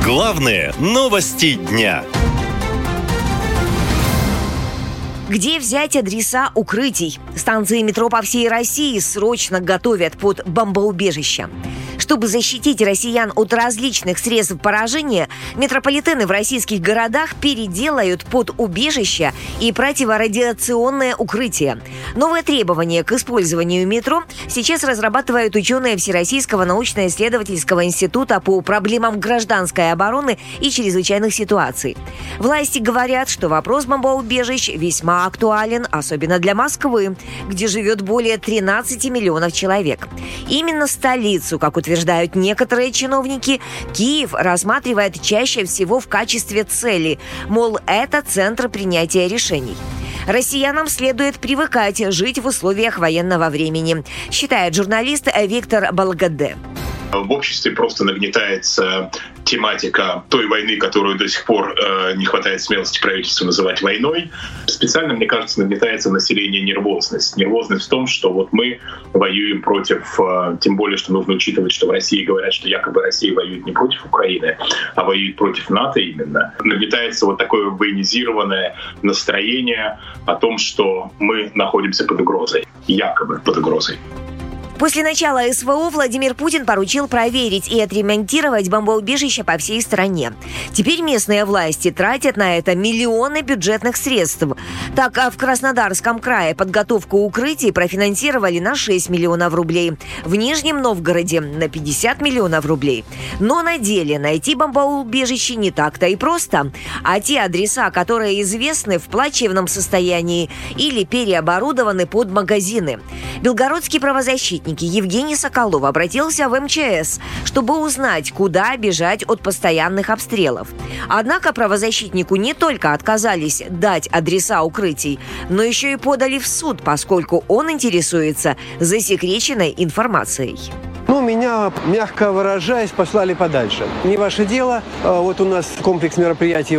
Главные новости дня. Где взять адреса укрытий? Станции метро по всей России срочно готовят под бомбоубежища. Чтобы защитить россиян от различных средств поражения, метрополитены в российских городах переделают под убежища и противорадиационное укрытие. Новые требования к использованию метро сейчас разрабатывают ученые Всероссийского научно-исследовательского института по проблемам гражданской обороны и чрезвычайных ситуаций. Власти говорят, что вопрос бомбоубежищ весьма актуален, особенно для Москвы, где живет более 13 миллионов человек. Именно столицу, как утверждают некоторые чиновники, Киев рассматривает чаще всего в качестве цели, мол, это центр принятия решений. Россиянам следует привыкать жить в условиях военного времени, считает журналист Виктор Балгаде. В обществе просто нагнетается тематика той войны, которую до сих пор не хватает смелости правительству называть войной. Специально, мне кажется, нагнетается в населении нервозность. Нервозность в том, что вот мы воюем против, тем более, что нужно учитывать, что в России говорят, что якобы Россия воюет не против Украины, а воюет против НАТО именно. Нагнетается вот такое военизированное настроение о том, что мы находимся под угрозой, якобы под угрозой. После начала СВО Владимир Путин поручил проверить и отремонтировать бомбоубежища по всей стране. Теперь местные власти тратят на это миллионы бюджетных средств. Так, в Краснодарском крае подготовку укрытий профинансировали на 6 миллионов рублей, в Нижнем Новгороде на 50 миллионов рублей. Но на деле найти бомбоубежище не так-то и просто. А те адреса, которые известны, в плачевном состоянии или переоборудованы под магазины. Белгородский правозащитник Евгений Соколов обратился в МЧС, чтобы узнать, куда бежать от постоянных обстрелов. Однако правозащитнику не только отказались дать адреса укрытий, но еще и подали в суд, поскольку он интересуется засекреченной информацией. Меня, мягко выражаясь, послали подальше. Не ваше дело. Вот у нас комплекс мероприятий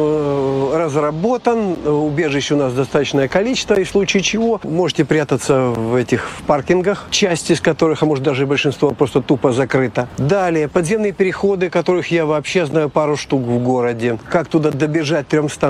разработан, убежищ у нас достаточное количество, и в случае чего можете прятаться в этих паркингах, часть из которых, а может даже и большинство, просто тупо закрыто. Далее, подземные переходы, которых я вообще знаю пару штук в городе. Как туда добежать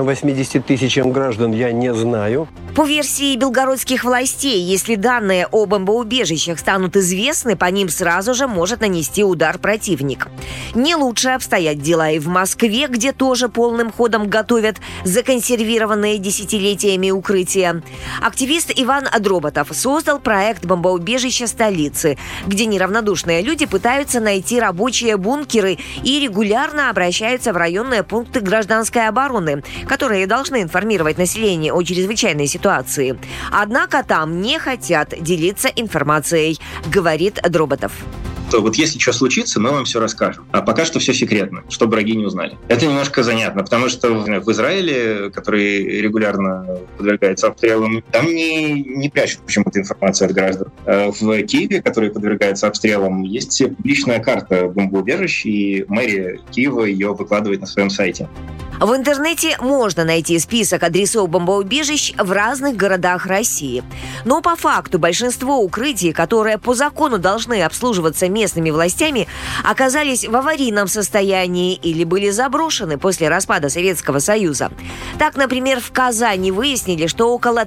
380 тысячам граждан, я не знаю. По версии белгородских властей, если данные о бомбоубежищах станут известны, по ним сразу же может нанести удар противник. Не лучше обстоят дела и в Москве, где тоже полным ходом готовят законсервированные десятилетиями укрытия. Активист Иван Дроботов создал проект бомбоубежища столицы, где неравнодушные люди пытаются найти рабочие бункеры и регулярно обращаются в районные пункты гражданской обороны, которые должны информировать население о чрезвычайной ситуации. Однако там не хотят делиться информацией, говорит Дроботов. Вот если что случится, мы вам все расскажем. А пока что все секретно, чтобы враги не узнали. Это немножко занятно, потому что в Израиле, который регулярно подвергается обстрелам, там не прячут почему-то информацию от граждан. В Киеве, который подвергается обстрелам, есть публичная карта бомбоубежищ, и мэрия Киева ее выкладывает на своем сайте. В интернете можно найти список адресов бомбоубежищ в разных городах России. Но по факту большинство укрытий, которые по закону должны обслуживаться местными властями, оказались в аварийном состоянии или были заброшены после распада Советского Союза. Так, например, в Казани выяснили, что около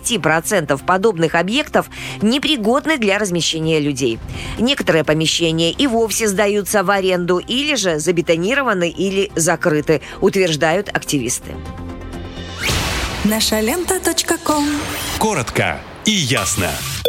30% подобных объектов непригодны для размещения людей. Некоторые помещения и вовсе сдаются в аренду или же забетонированы или закрыты, утверждают активисты. Нашалента.ком. Коротко и ясно.